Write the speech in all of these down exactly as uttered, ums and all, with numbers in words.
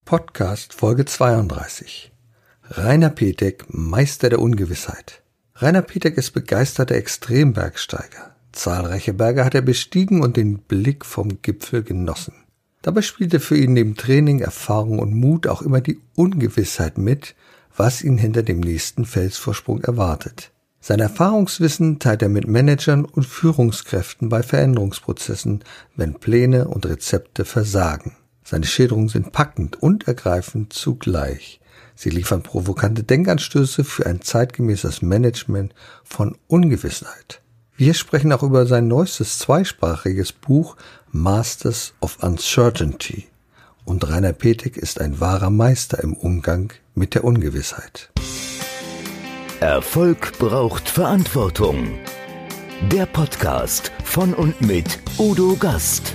Podcast Folge zweiunddreißig. Rainer Petek, Meister der Ungewissheit. Rainer Petek ist begeisterter Extrembergsteiger. Zahlreiche Berge hat er bestiegen und den Blick vom Gipfel genossen. Dabei spielte für ihn neben Training, Erfahrung und Mut auch immer die Ungewissheit mit, was ihn hinter dem nächsten Felsvorsprung erwartet. Sein Erfahrungswissen teilt er mit Managern und Führungskräften bei Veränderungsprozessen, wenn Pläne und Rezepte versagen. Seine Schilderungen sind packend und ergreifend zugleich. Sie liefern provokante Denkanstöße für ein zeitgemäßes Management von Ungewissheit. Wir sprechen auch über sein neuestes zweisprachiges Buch Masters of Uncertainty. Und Rainer Petek ist ein wahrer Meister im Umgang mit der Ungewissheit. Erfolg braucht Verantwortung. Der Podcast von und mit Udo Gast.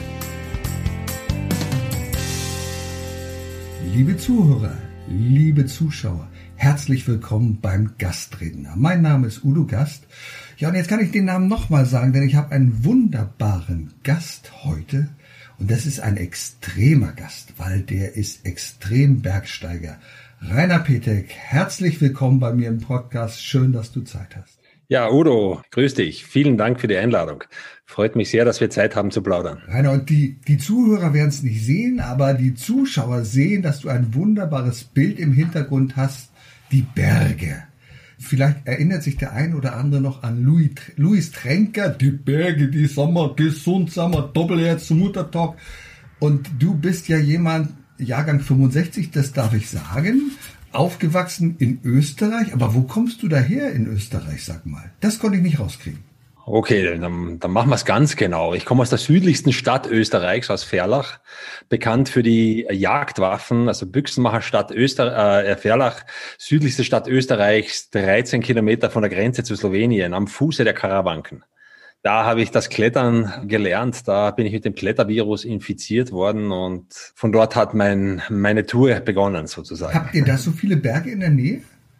Liebe Zuhörer, liebe Zuschauer, herzlich willkommen beim Gastredner. Mein Name ist Udo Gast. Ja, und jetzt kann ich den Namen nochmal sagen, denn ich habe einen wunderbaren Gast heute. Und das ist ein extremer Gast, weil der ist Extrembergsteiger. Rainer Petek, herzlich willkommen bei mir im Podcast. Schön, dass du Zeit hast. Ja, Udo, grüß dich. Vielen Dank für die Einladung. Freut mich sehr, dass wir Zeit haben zu plaudern. Rainer, und die, die Zuhörer werden es nicht sehen, aber die Zuschauer sehen, dass du ein wunderbares Bild im Hintergrund hast, die Berge. Vielleicht erinnert sich der ein oder andere noch an Louis, Louis Trenker, die Berge, die Sommer, gesund, Sommer, Doppelherz zum Muttertag. Und du bist ja jemand, Jahrgang fünfundsechzig, das darf ich sagen, aufgewachsen in Österreich. Aber wo kommst du daher in Österreich, sag mal? Das konnte ich nicht rauskriegen. Okay, dann, dann machen wir es ganz genau. Ich komme aus der südlichsten Stadt Österreichs, aus Verlach, bekannt für die Jagdwaffen, also Büchsenmacherstadt Öster, äh, Verlach, südlichste Stadt Österreichs, dreizehn Kilometer von der Grenze zu Slowenien, am Fuße der Karawanken. Da habe ich das Klettern gelernt, da bin ich mit dem Klettervirus infiziert worden und von dort hat mein, meine Tour begonnen sozusagen. Habt ihr da so viele Berge in der Nähe?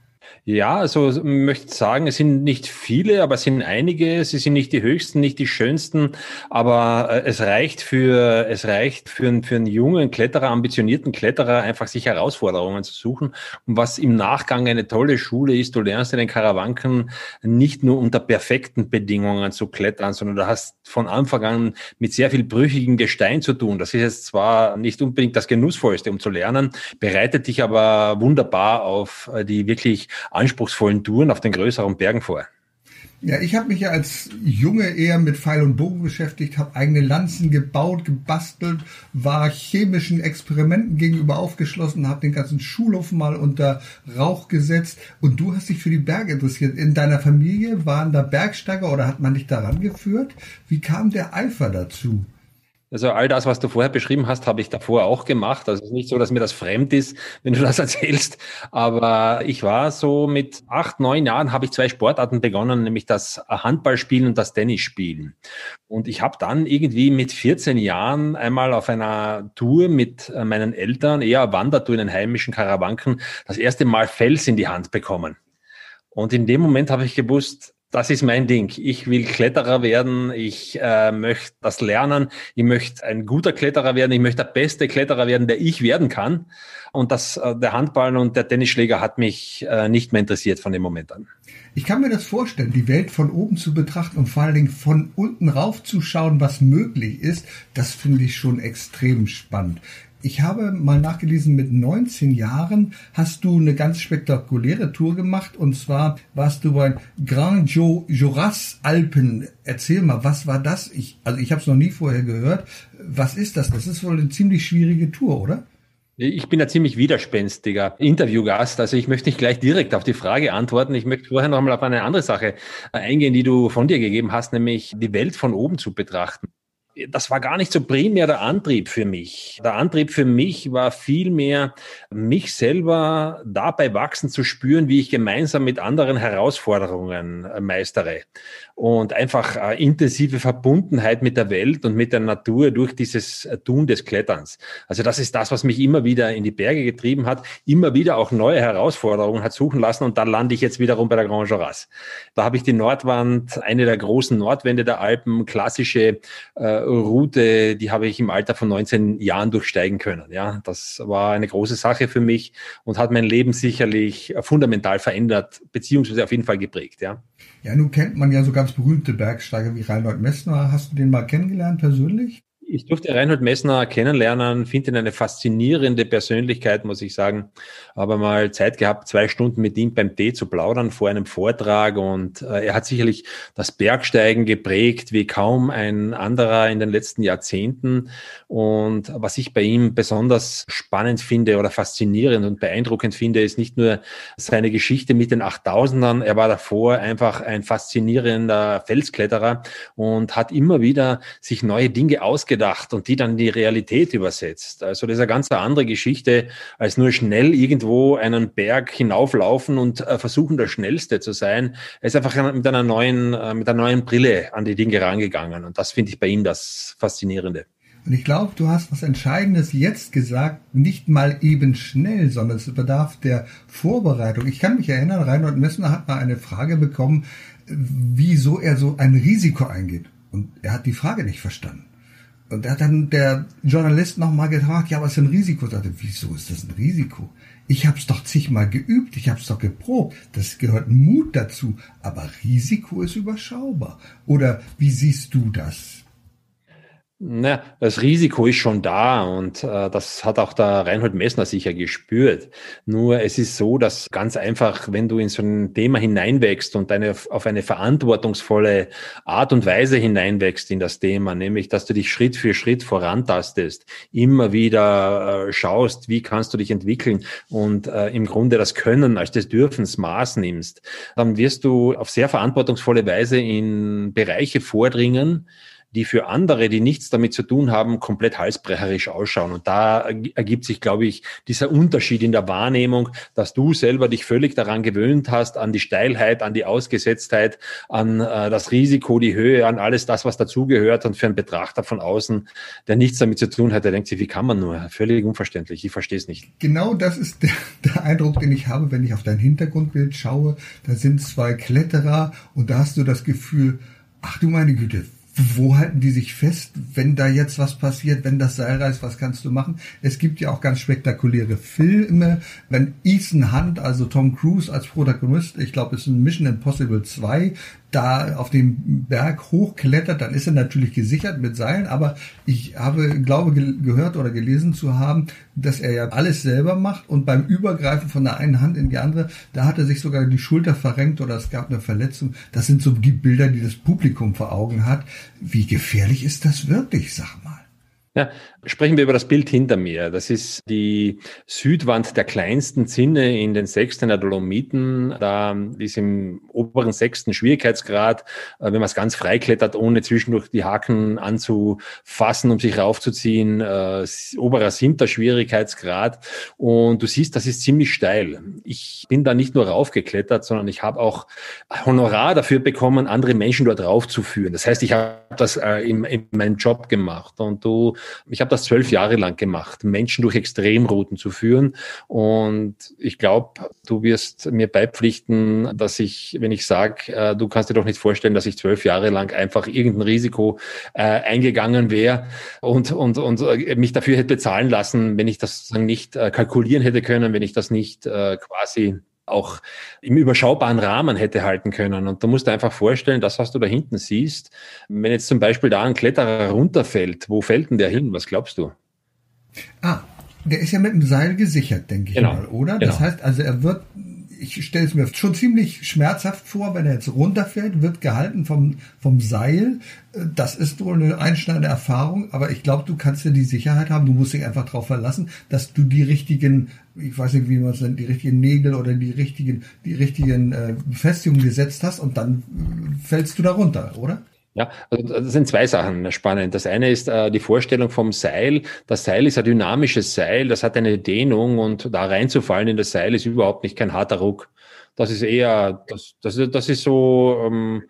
Ja, also ich möchte sagen, es sind nicht viele, aber es sind einige. Sie sind nicht die höchsten, nicht die schönsten, aber es reicht für es reicht für, einen, für einen jungen Kletterer, ambitionierten Kletterer, einfach sich Herausforderungen zu suchen. Und was im Nachgang eine tolle Schule ist, du lernst in den Karawanken nicht nur unter perfekten Bedingungen zu klettern, sondern du hast von Anfang an mit sehr viel brüchigem Gestein zu tun. Das ist jetzt zwar nicht unbedingt das Genussvollste, um zu lernen, bereitet dich aber wunderbar auf die wirklich anspruchsvollen Touren auf den größeren Bergen vor. Ja, ich habe mich ja als Junge eher mit Pfeil und Bogen beschäftigt, habe eigene Lanzen gebaut, gebastelt, war chemischen Experimenten gegenüber aufgeschlossen, habe den ganzen Schulhof mal unter Rauch gesetzt. Und du hast dich für die Berge interessiert. In deiner Familie waren da Bergsteiger oder hat man dich daran geführt? Wie kam der Eifer dazu? Also all das, was du vorher beschrieben hast, habe ich davor auch gemacht. Also es ist nicht so, dass mir das fremd ist, wenn du das erzählst. Aber ich war so mit acht, neun Jahren habe ich zwei Sportarten begonnen, nämlich das Handballspielen und das Tennisspielen. Und ich habe dann irgendwie mit vierzehn Jahren einmal auf einer Tour mit meinen Eltern, eher Wandertour in den heimischen Karawanken, das erste Mal Fels in die Hand bekommen. Und in dem Moment habe ich gewusst, das ist mein Ding. Ich will Kletterer werden. Ich äh, möchte das lernen. Ich möchte ein guter Kletterer werden. Ich möchte der beste Kletterer werden, der ich werden kann. Und das, äh, der Handball und der Tennisschläger hat mich äh, nicht mehr interessiert von dem Moment an. Ich kann mir das vorstellen, die Welt von oben zu betrachten und vor allen Dingen von unten rauf zu schauen, was möglich ist. Das finde ich schon extrem spannend. Ich habe mal nachgelesen, mit neunzehn Jahren hast du eine ganz spektakuläre Tour gemacht. Und zwar warst du bei Grand Joras Alpen. Erzähl mal, was war das? Ich, also ich habe es noch nie vorher gehört. Was ist das? Das ist wohl eine ziemlich schwierige Tour, oder? Ich bin ein ziemlich widerspenstiger Interviewgast, also ich möchte nicht gleich direkt auf die Frage antworten. Ich möchte vorher noch mal auf eine andere Sache eingehen, die du von dir gegeben hast, nämlich die Welt von oben zu betrachten. Das war gar nicht so primär der Antrieb für mich. Der Antrieb für mich war vielmehr, mich selber dabei wachsen zu spüren, wie ich gemeinsam mit anderen Herausforderungen meistere. und einfach äh, intensive Verbundenheit mit der Welt und mit der Natur durch dieses äh, Tun des Kletterns. Also das ist das, was mich immer wieder in die Berge getrieben hat, immer wieder auch neue Herausforderungen hat suchen lassen und dann lande ich jetzt wiederum bei der Grande Jorasses. Da habe ich die Nordwand, eine der großen Nordwände der Alpen, klassische äh, Route, die habe ich im Alter von neunzehn Jahren durchsteigen können. Ja, das war eine große Sache für mich und hat mein Leben sicherlich fundamental verändert, beziehungsweise auf jeden Fall geprägt. Ja, ja, nun kennt man ja so ganz berühmte Bergsteiger wie Reinhold Messner. Hast du den mal kennengelernt persönlich? Ich durfte Reinhold Messner kennenlernen, finde ihn eine faszinierende Persönlichkeit, muss ich sagen. Habe mal Zeit gehabt, zwei Stunden mit ihm beim Tee zu plaudern vor einem Vortrag und äh, er hat sicherlich das Bergsteigen geprägt wie kaum ein anderer in den letzten Jahrzehnten. Und was ich bei ihm besonders spannend finde oder faszinierend und beeindruckend finde, ist nicht nur seine Geschichte mit den achttausendern. Er war davor einfach ein faszinierender Felskletterer und hat immer wieder sich neue Dinge ausgedacht und die dann in die Realität übersetzt. Also das ist eine ganz andere Geschichte, als nur schnell irgendwo einen Berg hinauflaufen und äh, versuchen, der Schnellste zu sein. Er ist einfach mit einer neuen, äh, mit einer neuen Brille an die Dinge rangegangen und das finde ich bei ihm das Faszinierende. Und ich glaube, du hast was Entscheidendes jetzt gesagt, nicht mal eben schnell, sondern es bedarf der Vorbereitung. Ich kann mich erinnern, Reinhold Messner hat mal eine Frage bekommen, wieso er so ein Risiko eingeht. Und er hat die Frage nicht verstanden. Und da hat dann der Journalist nochmal gefragt, ja, was ist ein Risiko? Ich dachte, wieso ist das ein Risiko? Ich habe es doch zigmal geübt, ich habe es doch geprobt. Das gehört Mut dazu. Aber Risiko ist überschaubar. Oder wie siehst du das? Na, das Risiko ist schon da und äh, das hat auch der Reinhold Messner sicher gespürt. Nur es ist so, dass ganz einfach, wenn du in so ein Thema hineinwächst und eine, auf eine verantwortungsvolle Art und Weise hineinwächst in das Thema, nämlich, dass du dich Schritt für Schritt vorantastest, immer wieder äh, schaust, wie kannst du dich entwickeln und äh, im Grunde das Können als des Dürfens Maß nimmst, dann wirst du auf sehr verantwortungsvolle Weise in Bereiche vordringen, die für andere, die nichts damit zu tun haben, komplett halsbrecherisch ausschauen. Und da ergibt sich, glaube ich, dieser Unterschied in der Wahrnehmung, dass du selber dich völlig daran gewöhnt hast, an die Steilheit, an die Ausgesetztheit, an äh, das Risiko, die Höhe, an alles das, was dazugehört. Und für einen Betrachter von außen, der nichts damit zu tun hat, der denkt sich, wie kann man nur? Völlig unverständlich, ich verstehe es nicht. Genau das ist der, der Eindruck, den ich habe, wenn ich auf dein Hintergrundbild schaue. Da sind zwei Kletterer und da hast du das Gefühl, ach du meine Güte, wo halten die sich fest, wenn da jetzt was passiert, wenn das Seil reißt, was kannst du machen? Es gibt ja auch ganz spektakuläre Filme, wenn Ethan Hunt, also Tom Cruise als Protagonist, ich glaube, es ist ein Mission Impossible zwei, da auf dem Berg hochklettert, dann ist er natürlich gesichert mit Seilen, aber ich habe, glaube, ge- gehört oder gelesen zu haben, dass er ja alles selber macht und beim Übergreifen von der einen Hand in die andere, da hat er sich sogar die Schulter verrenkt oder es gab eine Verletzung. Das sind so die Bilder, die das Publikum vor Augen hat. Wie gefährlich ist das wirklich, sag mal? Ja, sprechen wir über das Bild hinter mir. Das ist die Südwand der kleinsten Zinne in den Sechstener Dolomiten. Da ist im oberen sechsten Schwierigkeitsgrad, wenn man es ganz frei klettert, ohne zwischendurch die Haken anzufassen, um sich raufzuziehen, äh, oberer siebter Schwierigkeitsgrad. Und du siehst, das ist ziemlich steil. Ich bin da nicht nur raufgeklettert, sondern ich habe auch Honorar dafür bekommen, andere Menschen dort raufzuführen. Das heißt, ich habe das äh, in, in meinem Job gemacht. Und du Ich habe das zwölf Jahre lang gemacht, Menschen durch Extremrouten zu führen. Und ich glaube, du wirst mir beipflichten, dass ich, wenn ich sage, äh, du kannst dir doch nicht vorstellen, dass ich zwölf Jahre lang einfach irgendein Risiko äh, eingegangen wäre und, und, und äh, mich dafür hätte bezahlen lassen, wenn ich das nicht äh, kalkulieren hätte können, wenn ich das nicht äh, quasi auch im überschaubaren Rahmen hätte halten können. Und du musst dir einfach vorstellen, das, was du da hinten siehst, wenn jetzt zum Beispiel da ein Kletterer runterfällt, wo fällt denn der hin? Was glaubst du? Ah, der ist ja mit dem Seil gesichert, denke ich Genau. mal, oder? Genau. Das heißt, also er wird, ich stelle es mir schon ziemlich schmerzhaft vor, wenn er jetzt runterfällt, wird gehalten vom, vom Seil. Das ist wohl eine einschneidende Erfahrung, aber ich glaube, du kannst ja die Sicherheit haben, du musst dich einfach darauf verlassen, dass du die richtigen, ich weiß nicht, wie man es nennt, die richtigen Nägel oder die richtigen, die richtigen äh, Befestigungen gesetzt hast und dann äh, fällst du da runter, oder? Ja, also das sind zwei Sachen spannend. Das eine ist äh, die Vorstellung vom Seil. Das Seil ist ein dynamisches Seil, das hat eine Dehnung und da reinzufallen in das Seil ist überhaupt nicht kein harter Ruck. Das ist eher, das, das, das ist so, ähm,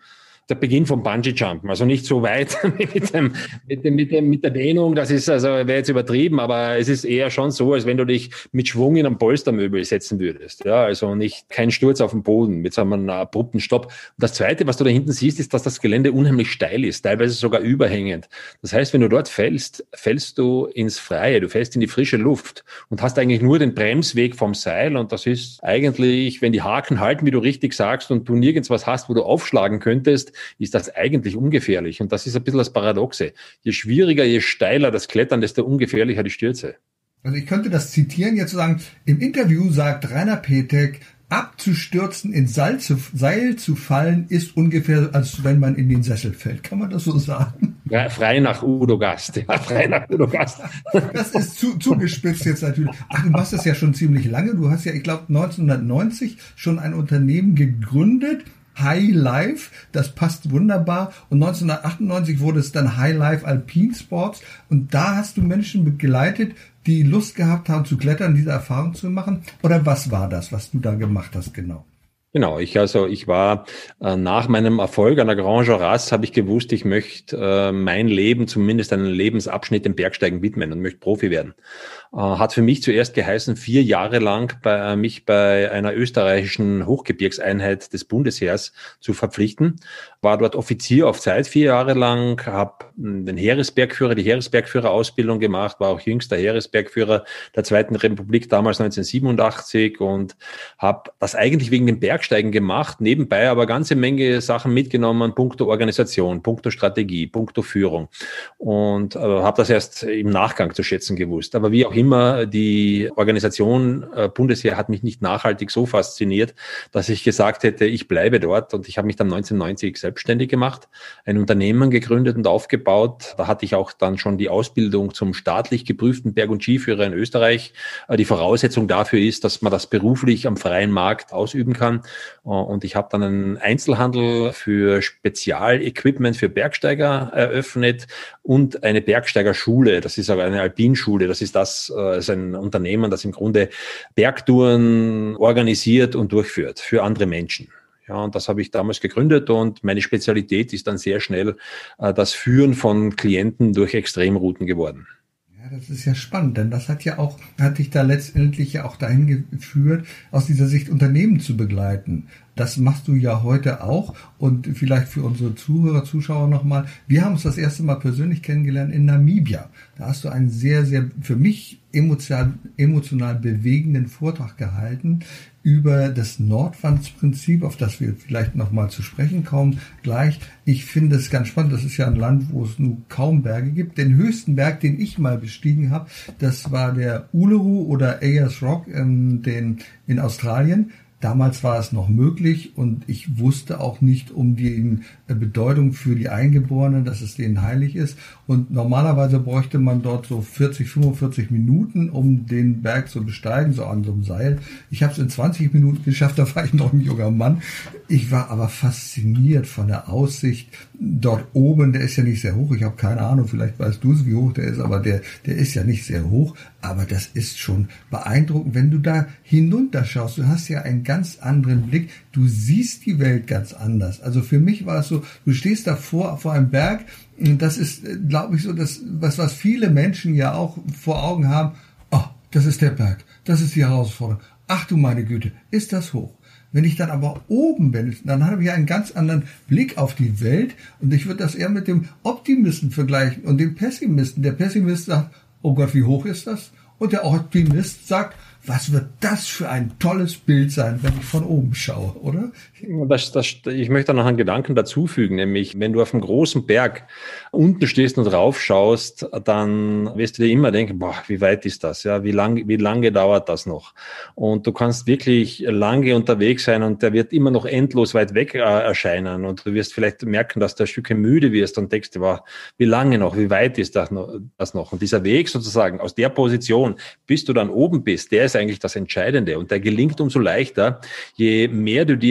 der Beginn vom Bungee-Jumpen. Also nicht so weit mit, dem, mit, dem, mit, dem, mit der Dehnung, das ist also, wäre jetzt übertrieben, aber es ist eher schon so, als wenn du dich mit Schwung in ein Polstermöbel setzen würdest. Ja, also nicht kein Sturz auf den Boden mit so einem abrupten Stopp. Und das Zweite, was du da hinten siehst, ist, dass das Gelände unheimlich steil ist, teilweise sogar überhängend. Das heißt, wenn du dort fällst, fällst du ins Freie, du fällst in die frische Luft und hast eigentlich nur den Bremsweg vom Seil, und das ist eigentlich, wenn die Haken halten, wie du richtig sagst, und du nirgends was hast, wo du aufschlagen könntest, ist das eigentlich ungefährlich. Und das ist ein bisschen das Paradoxe. Je schwieriger, je steiler das Klettern, desto ungefährlicher die Stürze. Also ich könnte das zitieren, jetzt sagen, im Interview sagt Rainer Petek, abzustürzen, ins Seil zu, Seil zu fallen, ist ungefähr, als wenn man in den Sessel fällt. Kann man das so sagen? Ja, frei nach Udo Gast. Ja, frei nach Udo Gast. Das ist zu, zugespitzt jetzt natürlich. Ach, du machst das ja schon ziemlich lange. Du hast ja, ich glaube, neunzehnhundertneunzig schon ein Unternehmen gegründet, High Life, das passt wunderbar. Und neunzehnhundertachtundneunzig wurde es dann High Life Alpine Sports. Und da hast du Menschen begleitet, die Lust gehabt haben zu klettern, diese Erfahrung zu machen. Oder was war das, was du da gemacht hast genau? Genau, ich also ich war äh, nach meinem Erfolg an der Grand Jorasses, habe ich gewusst, ich möchte äh, mein Leben, zumindest einen Lebensabschnitt dem Bergsteigen widmen und möchte Profi werden. Äh, hat für mich zuerst geheißen, vier Jahre lang bei, äh, mich bei einer österreichischen Hochgebirgseinheit des Bundesheers zu verpflichten. War dort Offizier auf Zeit vier Jahre lang, habe den Heeresbergführer, die Heeresbergführerausbildung gemacht, war auch jüngster Heeresbergführer der Zweiten Republik, damals neunzehnhundertsiebenundachtzig, und habe das eigentlich wegen dem Bergsteigen gemacht, nebenbei aber ganze Menge Sachen mitgenommen, punkto Organisation, punkto Strategie, punkto Führung, und äh, habe das erst im Nachgang zu schätzen gewusst. Aber wie auch immer, die Organisation äh, Bundesheer hat mich nicht nachhaltig so fasziniert, dass ich gesagt hätte, ich bleibe dort, und ich habe mich dann neunzehnhundertneunzig selbstständig gemacht, ein Unternehmen gegründet und aufgebaut. Da hatte ich auch dann schon die Ausbildung zum staatlich geprüften Berg- und Skiführer in Österreich. Die Voraussetzung dafür ist, dass man das beruflich am freien Markt ausüben kann. Und ich habe dann einen Einzelhandel für Spezialequipment für Bergsteiger eröffnet und eine Bergsteigerschule. Das ist aber eine Alpinschule. Das ist das, das ist ein Unternehmen, das im Grunde Bergtouren organisiert und durchführt für andere Menschen. Ja, und das habe ich damals gegründet, und meine Spezialität ist dann sehr schnell äh, das Führen von Klienten durch Extremrouten geworden. Ja, das ist ja spannend, denn das hat ja auch, hat dich da letztendlich ja auch dahin geführt, aus dieser Sicht Unternehmen zu begleiten. Das machst du ja heute auch, und vielleicht für unsere Zuhörer, Zuschauer nochmal. Wir haben uns das erste Mal persönlich kennengelernt in Namibia. Da hast du einen sehr, sehr, für mich emotional, emotional bewegenden Vortrag gehalten über das Nordwandsprinzip, auf das wir vielleicht nochmal zu sprechen kommen gleich. Ich finde es ganz spannend. Das ist ja ein Land, wo es nur kaum Berge gibt. Den höchsten Berg, den ich mal bestiegen habe, das war der Uluru oder Ayers Rock in, den, in Australien. Damals war es noch möglich, und ich wusste auch nicht um die Bedeutung für die Eingeborenen, dass es denen heilig ist. Und normalerweise bräuchte man dort so vierzig, fünfundvierzig Minuten, um den Berg zu besteigen, so an so einem Seil. Ich habe es in zwanzig Minuten geschafft, da war ich noch ein junger Mann. Ich war aber fasziniert von der Aussicht dort oben. Der ist ja nicht sehr hoch. Ich habe keine Ahnung, vielleicht weißt du es, wie hoch der ist, aber der, der ist ja nicht sehr hoch. Aber das ist schon beeindruckend, wenn du da hinunterschaust. Du hast ja einen ganz anderen Blick. Du siehst die Welt ganz anders. Also für mich war es so, du stehst da vor, vor einem Berg. Und das ist, glaube ich, so das, was, was viele Menschen ja auch vor Augen haben. Oh, das ist der Berg. Das ist die Herausforderung. Ach du meine Güte, ist das hoch. Wenn ich dann aber oben bin, dann habe ich einen ganz anderen Blick auf die Welt. Und ich würde das eher mit dem Optimisten vergleichen und dem Pessimisten. Der Pessimist sagt, oh Gott, wie hoch ist das? Und der Optimist sagt, was wird das für ein tolles Bild sein, wenn ich von oben schaue, oder? Das, das, ich möchte noch einen Gedanken dazufügen, nämlich wenn du auf einem großen Berg unten stehst und raufschaust, dann wirst du dir immer denken, boah, wie weit ist das? Ja, wie lang, wie lange dauert das noch? Und du kannst wirklich lange unterwegs sein, und der wird immer noch endlos weit weg äh, erscheinen, und du wirst vielleicht merken, dass du ein Stückchen müde wirst und denkst, boah, wie lange noch? Wie weit ist das noch, das noch? Und dieser Weg sozusagen aus der Position, bis du dann oben bist, der ist eigentlich das Entscheidende, und der gelingt umso leichter, je mehr du dir zwischen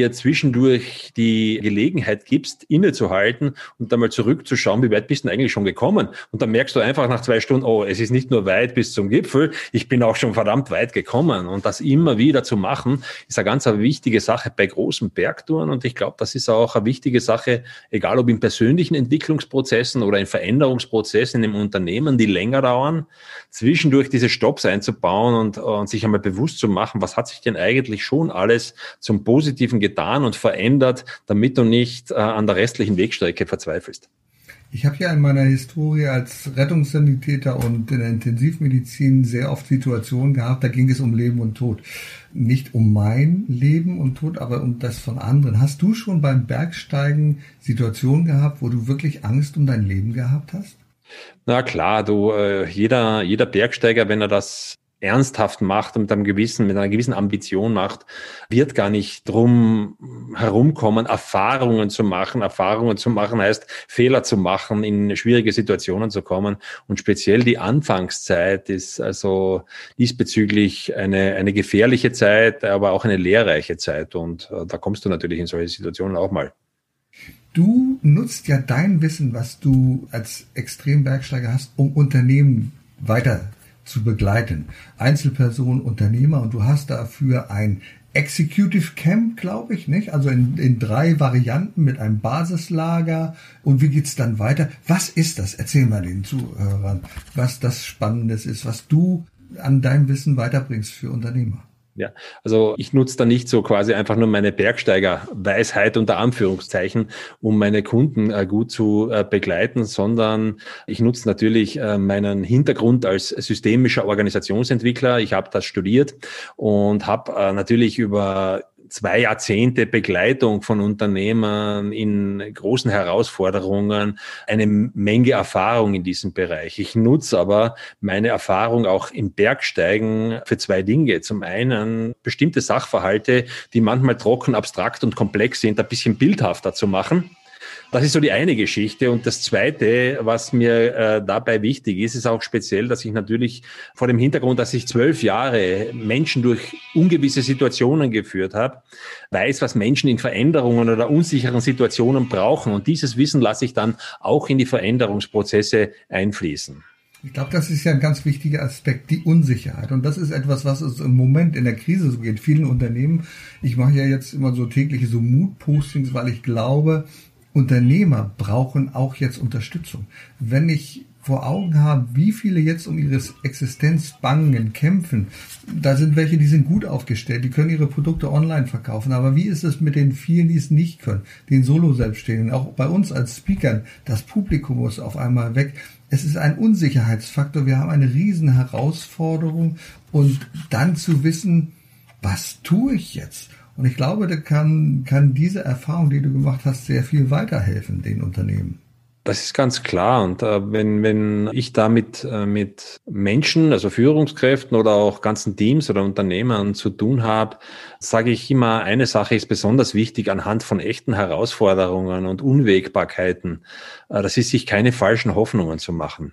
zwischendurch die Gelegenheit gibst, innezuhalten und dann mal zurückzuschauen, wie weit bist du eigentlich schon gekommen? Und dann merkst du einfach nach zwei Stunden, oh, es ist nicht nur weit bis zum Gipfel, ich bin auch schon verdammt weit gekommen. Und das immer wieder zu machen, ist eine ganz eine wichtige Sache bei großen Bergtouren. Und ich glaube, das ist auch eine wichtige Sache, egal ob in persönlichen Entwicklungsprozessen oder in Veränderungsprozessen im Unternehmen, die länger dauern, zwischendurch diese Stops einzubauen und, und sich einmal bewusst zu machen, was hat sich denn eigentlich schon alles zum Positiven getan und verändert, damit du nicht äh, an der restlichen Wegstrecke verzweifelst. Ich habe ja in meiner Historie als Rettungssanitäter und in der Intensivmedizin sehr oft Situationen gehabt, da ging es um Leben und Tod. Nicht um mein Leben und Tod, aber um das von anderen. Hast du schon beim Bergsteigen Situationen gehabt, wo du wirklich Angst um dein Leben gehabt hast? Na klar, du, äh, jeder, jeder Bergsteiger, wenn er das ernsthaft macht und mit einem gewissen, mit einer gewissen Ambition macht, wird gar nicht drum herumkommen, Erfahrungen zu machen. Erfahrungen zu machen heißt, Fehler zu machen, in schwierige Situationen zu kommen. Und speziell die Anfangszeit ist also diesbezüglich eine, eine gefährliche Zeit, aber auch eine lehrreiche Zeit. Und äh, da kommst du natürlich in solche Situationen auch mal. Du nutzt ja dein Wissen, was du als Extrembergsteiger hast, um Unternehmen weiter zu begleiten. Einzelpersonen, Unternehmer, und du hast dafür ein Executive Camp, glaube ich, nicht? Also in, in drei Varianten mit einem Basislager. Und wie geht's dann weiter? Was ist das? Erzähl mal den Zuhörern, was das Spannendes ist, was du an deinem Wissen weiterbringst für Unternehmer. Ja, also ich nutze da nicht so quasi einfach nur meine Bergsteiger-Weisheit unter Anführungszeichen, um meine Kunden äh, gut zu äh, begleiten, sondern ich nutze natürlich äh, meinen Hintergrund als systemischer Organisationsentwickler. Ich habe das studiert und habe äh, natürlich über zwei Jahrzehnte Begleitung von Unternehmern in großen Herausforderungen, eine Menge Erfahrung in diesem Bereich. Ich nutze aber meine Erfahrung auch im Bergsteigen für zwei Dinge. Zum einen bestimmte Sachverhalte, die manchmal trocken, abstrakt und komplex sind, ein bisschen bildhafter zu machen. Das ist so die eine Geschichte. Und das Zweite, was mir äh, dabei wichtig ist, ist auch speziell, dass ich natürlich vor dem Hintergrund, dass ich zwölf Jahre Menschen durch ungewisse Situationen geführt habe, weiß, was Menschen in Veränderungen oder unsicheren Situationen brauchen. Und dieses Wissen lasse ich dann auch in die Veränderungsprozesse einfließen. Ich glaube, das ist ja ein ganz wichtiger Aspekt, die Unsicherheit. Und das ist etwas, was es im Moment in der Krise so geht. Vielen Unternehmen, ich mache ja jetzt immer so tägliche so Mood-Postings, weil ich glaube, Unternehmer brauchen auch jetzt Unterstützung. Wenn ich vor Augen habe, wie viele jetzt um ihre Existenz bangen, kämpfen, da sind welche, die sind gut aufgestellt, die können ihre Produkte online verkaufen. Aber wie ist es mit den vielen, die es nicht können, den Solo-Selbstständigen, auch bei uns als Speakern, das Publikum muss auf einmal weg. Es ist ein Unsicherheitsfaktor, wir haben eine riesen Herausforderung und dann zu wissen, was tue ich jetzt? Und ich glaube, da kann, kann diese Erfahrung, die du gemacht hast, sehr viel weiterhelfen, den Unternehmen. Das ist ganz klar. Und äh, wenn, wenn ich da mit, äh, mit Menschen, also Führungskräften oder auch ganzen Teams oder Unternehmern zu tun habe, sage ich immer, eine Sache ist besonders wichtig anhand von echten Herausforderungen und Unwägbarkeiten. Äh, das ist, sich keine falschen Hoffnungen zu machen.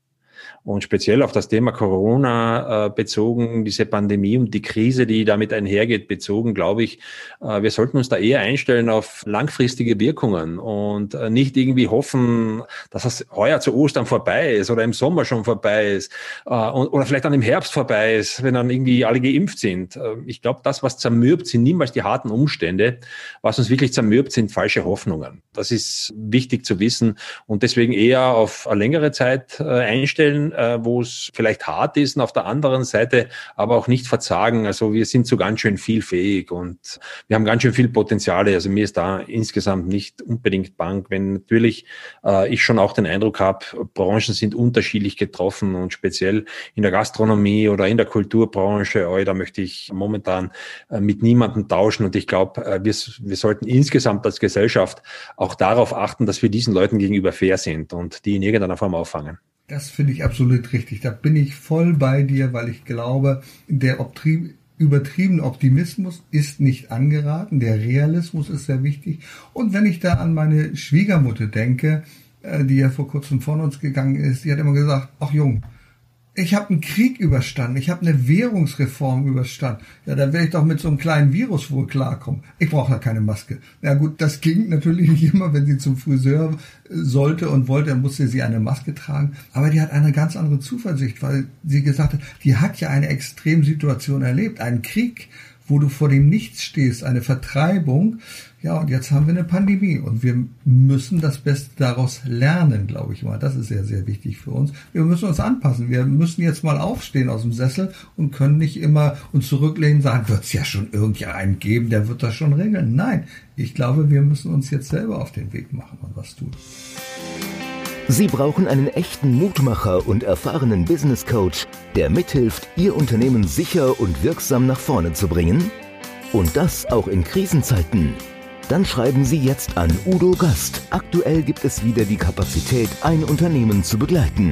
Und speziell auf das Thema Corona äh, bezogen, diese Pandemie und die Krise, die damit einhergeht, bezogen, glaube ich, äh, wir sollten uns da eher einstellen auf langfristige Wirkungen und äh, nicht irgendwie hoffen, dass das heuer zu Ostern vorbei ist oder im Sommer schon vorbei ist äh, und, oder vielleicht dann im Herbst vorbei ist, wenn dann irgendwie alle geimpft sind. Äh, ich glaube, das, was zermürbt, sind niemals die harten Umstände. Was uns wirklich zermürbt, sind falsche Hoffnungen. Das ist wichtig zu wissen und deswegen eher auf eine längere Zeit äh, einstellen, wo es vielleicht hart ist und auf der anderen Seite aber auch nicht verzagen. Also wir sind so ganz schön viel fähig und wir haben ganz schön viel Potenziale. Also mir ist da insgesamt nicht unbedingt bang, wenn natürlich äh, ich schon auch den Eindruck habe, Branchen sind unterschiedlich getroffen und speziell in der Gastronomie oder in der Kulturbranche, oh, da möchte ich momentan äh, mit niemandem tauschen und ich glaube, äh, wir, wir sollten insgesamt als Gesellschaft auch darauf achten, dass wir diesen Leuten gegenüber fair sind und die in irgendeiner Form auffangen. Das finde ich absolut richtig. Da bin ich voll bei dir, weil ich glaube, der Obtrie- übertriebene Optimismus ist nicht angeraten. Der Realismus ist sehr wichtig. Und wenn ich da an meine Schwiegermutter denke, die ja vor kurzem von uns gegangen ist, die hat immer gesagt, ach Jung, Ich habe einen Krieg überstanden, ich habe eine Währungsreform überstanden. Ja, da werde ich doch mit so einem kleinen Virus wohl klarkommen. Ich brauche ja keine Maske. Ja gut, das ging natürlich nicht immer, wenn sie zum Friseur sollte und wollte, dann musste sie eine Maske tragen. Aber die hat eine ganz andere Zuversicht, weil sie gesagt hat, die hat ja eine Extremsituation erlebt, einen Krieg, wo du vor dem Nichts stehst, eine Vertreibung. Ja, und jetzt haben wir eine Pandemie und wir müssen das Beste daraus lernen, glaube ich mal. Das ist sehr, sehr wichtig für uns. Wir müssen uns anpassen. Wir müssen jetzt mal aufstehen aus dem Sessel und können nicht immer uns zurücklehnen und sagen, wird es ja schon irgendeinen geben, der wird das schon regeln. Nein, ich glaube, wir müssen uns jetzt selber auf den Weg machen und was tun. Sie brauchen einen echten Mutmacher und erfahrenen Business Coach, der mithilft, Ihr Unternehmen sicher und wirksam nach vorne zu bringen? Und das auch in Krisenzeiten? Dann schreiben Sie jetzt an Udo Gast. Aktuell gibt es wieder die Kapazität, ein Unternehmen zu begleiten.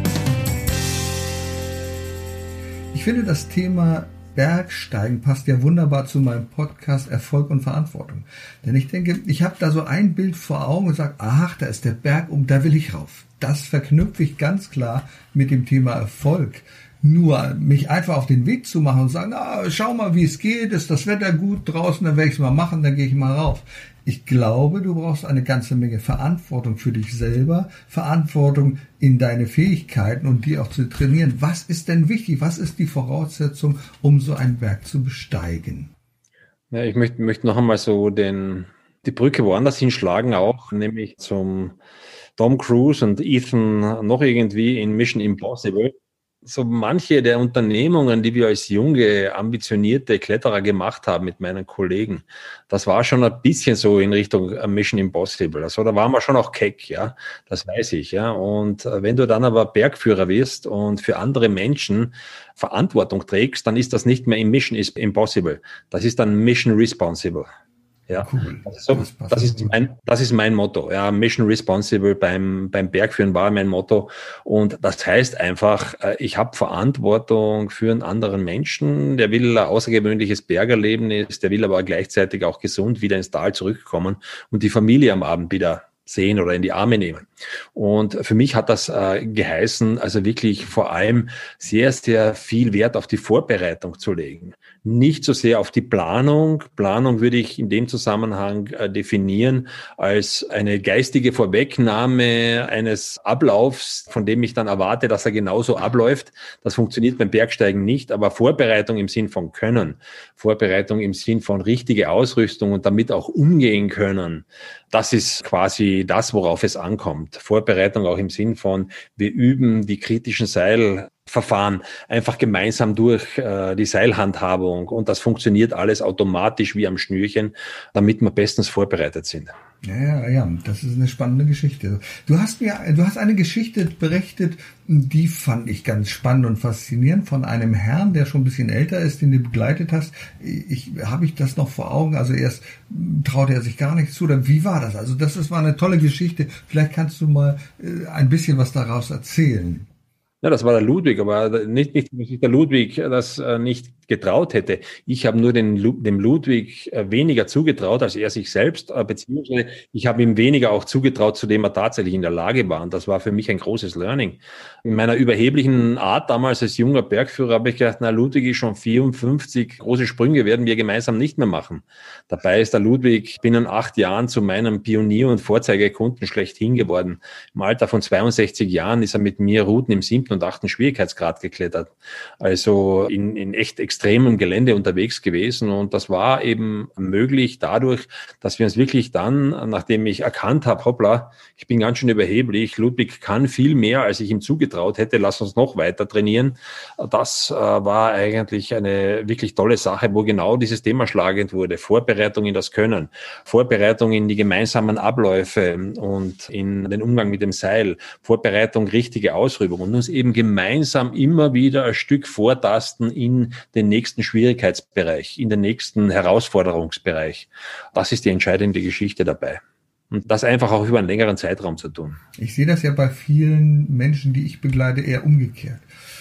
Ich finde, das Thema Bergsteigen passt ja wunderbar zu meinem Podcast Erfolg und Verantwortung. Denn ich denke, ich habe da so ein Bild vor Augen und sage, ach, da ist der Berg und da will ich rauf. Das verknüpfe ich ganz klar mit dem Thema Erfolg. Nur mich einfach auf den Weg zu machen und sagen, ah, schau mal, wie es geht, ist das Wetter gut draußen, dann werde ich es mal machen, dann gehe ich mal rauf. Ich glaube, du brauchst eine ganze Menge Verantwortung für dich selber, Verantwortung in deine Fähigkeiten und die auch zu trainieren. Was ist denn wichtig? Was ist die Voraussetzung, um so einen Berg zu besteigen? Ja, ich möchte, möchte noch einmal so den, die Brücke woanders hinschlagen auch, nämlich zum Tom Cruise und Ethan noch irgendwie in Mission Impossible. So manche der Unternehmungen, die wir als junge, ambitionierte Kletterer gemacht haben mit meinen Kollegen, das war schon ein bisschen so in Richtung Mission Impossible. Also da waren wir schon auch keck, ja, das weiß ich, ja. Und wenn du dann aber Bergführer wirst und für andere Menschen Verantwortung trägst, dann ist das nicht mehr in Mission Impossible. Das ist dann Mission Responsible. Ja, cool. Also, das, das, ist mein, das ist mein Motto. Ja, Mission Responsible beim, beim Bergführen war mein Motto. Und das heißt einfach, ich habe Verantwortung für einen anderen Menschen, der will ein außergewöhnliches Bergerlebnis, der will aber gleichzeitig auch gesund wieder ins Tal zurückkommen und die Familie am Abend wieder sehen oder in die Arme nehmen. Und für mich hat das äh, geheißen, also wirklich vor allem sehr, sehr viel Wert auf die Vorbereitung zu legen. Nicht so sehr auf die Planung. Planung würde ich in dem Zusammenhang äh, definieren als eine geistige Vorwegnahme eines Ablaufs, von dem ich dann erwarte, dass er genauso abläuft. Das funktioniert beim Bergsteigen nicht, aber Vorbereitung im Sinn von Können, Vorbereitung im Sinn von richtige Ausrüstung und damit auch umgehen können, das ist quasi das, worauf es ankommt. Vorbereitung auch im Sinn von, wir üben die kritischen Seilverfahren einfach gemeinsam durch äh, die Seilhandhabung und das funktioniert alles automatisch wie am Schnürchen, damit wir bestens vorbereitet sind. Ja, ja, ja, das ist eine spannende Geschichte. Du hast mir, du hast eine Geschichte berichtet, die fand ich ganz spannend und faszinierend von einem Herrn, der schon ein bisschen älter ist, den du begleitet hast. Ich, habe ich das noch vor Augen? Also erst traute er sich gar nicht zu, oder wie war das? Also das ist mal eine tolle Geschichte. Vielleicht kannst du mal ein bisschen was daraus erzählen. Ja, das war der Ludwig, aber nicht, nicht, dass der Ludwig das äh, nicht getraut hätte. Ich habe nur den, dem Ludwig äh, weniger zugetraut als er sich selbst, äh, beziehungsweise ich habe ihm weniger auch zugetraut, zu dem er tatsächlich in der Lage war. Und das war für mich ein großes Learning. In meiner überheblichen Art damals als junger Bergführer habe ich gedacht, na, Ludwig ist schon vierundfünfzig, große Sprünge werden wir gemeinsam nicht mehr machen. Dabei ist der Ludwig binnen acht Jahren zu meinem Pionier- und Vorzeigekunden schlechthin geworden. Im Alter von zweiundsechzig Jahren ist er mit mir Routen im siebten und achten Schwierigkeitsgrad geklettert. Also in, in echt extremem Gelände unterwegs gewesen. Und das war eben möglich dadurch, dass wir uns wirklich dann, nachdem ich erkannt habe, hoppla, ich bin ganz schön überheblich, Ludwig kann viel mehr, als ich ihm zugetraut hätte, lass uns noch weiter trainieren. Das äh, war eigentlich eine wirklich tolle Sache, wo genau dieses Thema schlagend wurde. Vorbereitung in das Können, Vorbereitung in die gemeinsamen Abläufe und in den Umgang mit dem Seil, Vorbereitung, richtige Ausübung und uns eben gemeinsam immer wieder ein Stück vortasten in den nächsten Schwierigkeitsbereich, in den nächsten Herausforderungsbereich. Das ist die entscheidende Geschichte dabei. Und das einfach auch über einen längeren Zeitraum zu tun. Ich sehe das ja bei vielen Menschen, die ich begleite, eher umgekehrt.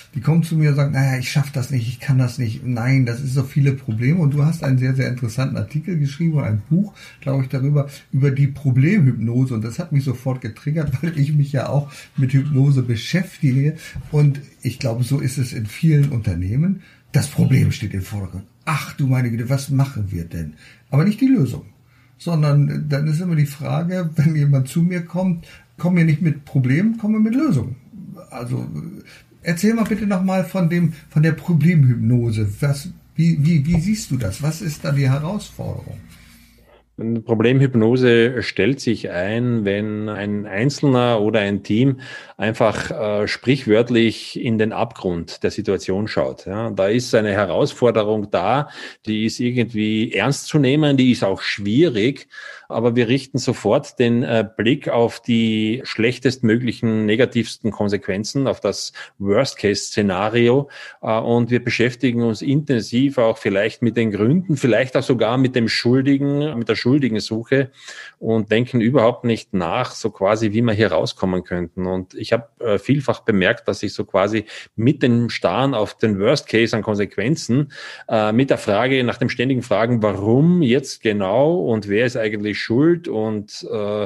Die kommen zu mir und sagen, naja, ich schaffe das nicht, ich kann das nicht, nein, das ist so viele Probleme. Und du hast einen sehr, sehr interessanten Artikel geschrieben, ein Buch, glaube ich, darüber, über die Problemhypnose. Und das hat mich sofort getriggert, weil ich mich ja auch mit Hypnose beschäftige. Und ich glaube, so ist es in vielen Unternehmen. Das Problem steht im Vordergrund. Ach du meine Güte, was machen wir denn? Aber nicht die Lösung. Sondern dann ist immer die Frage, wenn jemand zu mir kommt, kommen wir nicht mit Problemen, kommen wir mit Lösungen. Also erzähl mal bitte nochmal von dem, von der Problemhypnose. Was, wie, wie, wie siehst du das? Was ist da die Herausforderung? Eine Problemhypnose stellt sich ein, wenn ein Einzelner oder ein Team einfach äh, sprichwörtlich in den Abgrund der Situation schaut. Ja, da ist eine Herausforderung da, die ist irgendwie ernst zu nehmen, die ist auch schwierig, aber wir richten sofort den äh, Blick auf die schlechtestmöglichen, negativsten Konsequenzen, auf das Worst-Case-Szenario äh, und wir beschäftigen uns intensiv auch vielleicht mit den Gründen, vielleicht auch sogar mit dem Schuldigen, mit der Schuldigen Suche und denken überhaupt nicht nach, so quasi, wie wir hier rauskommen könnten. Und ich habe äh, vielfach bemerkt, dass ich so quasi mit dem Starren auf den Worst Case an Konsequenzen, äh, mit der Frage, nach dem ständigen Fragen, warum jetzt genau und wer ist eigentlich schuld und äh,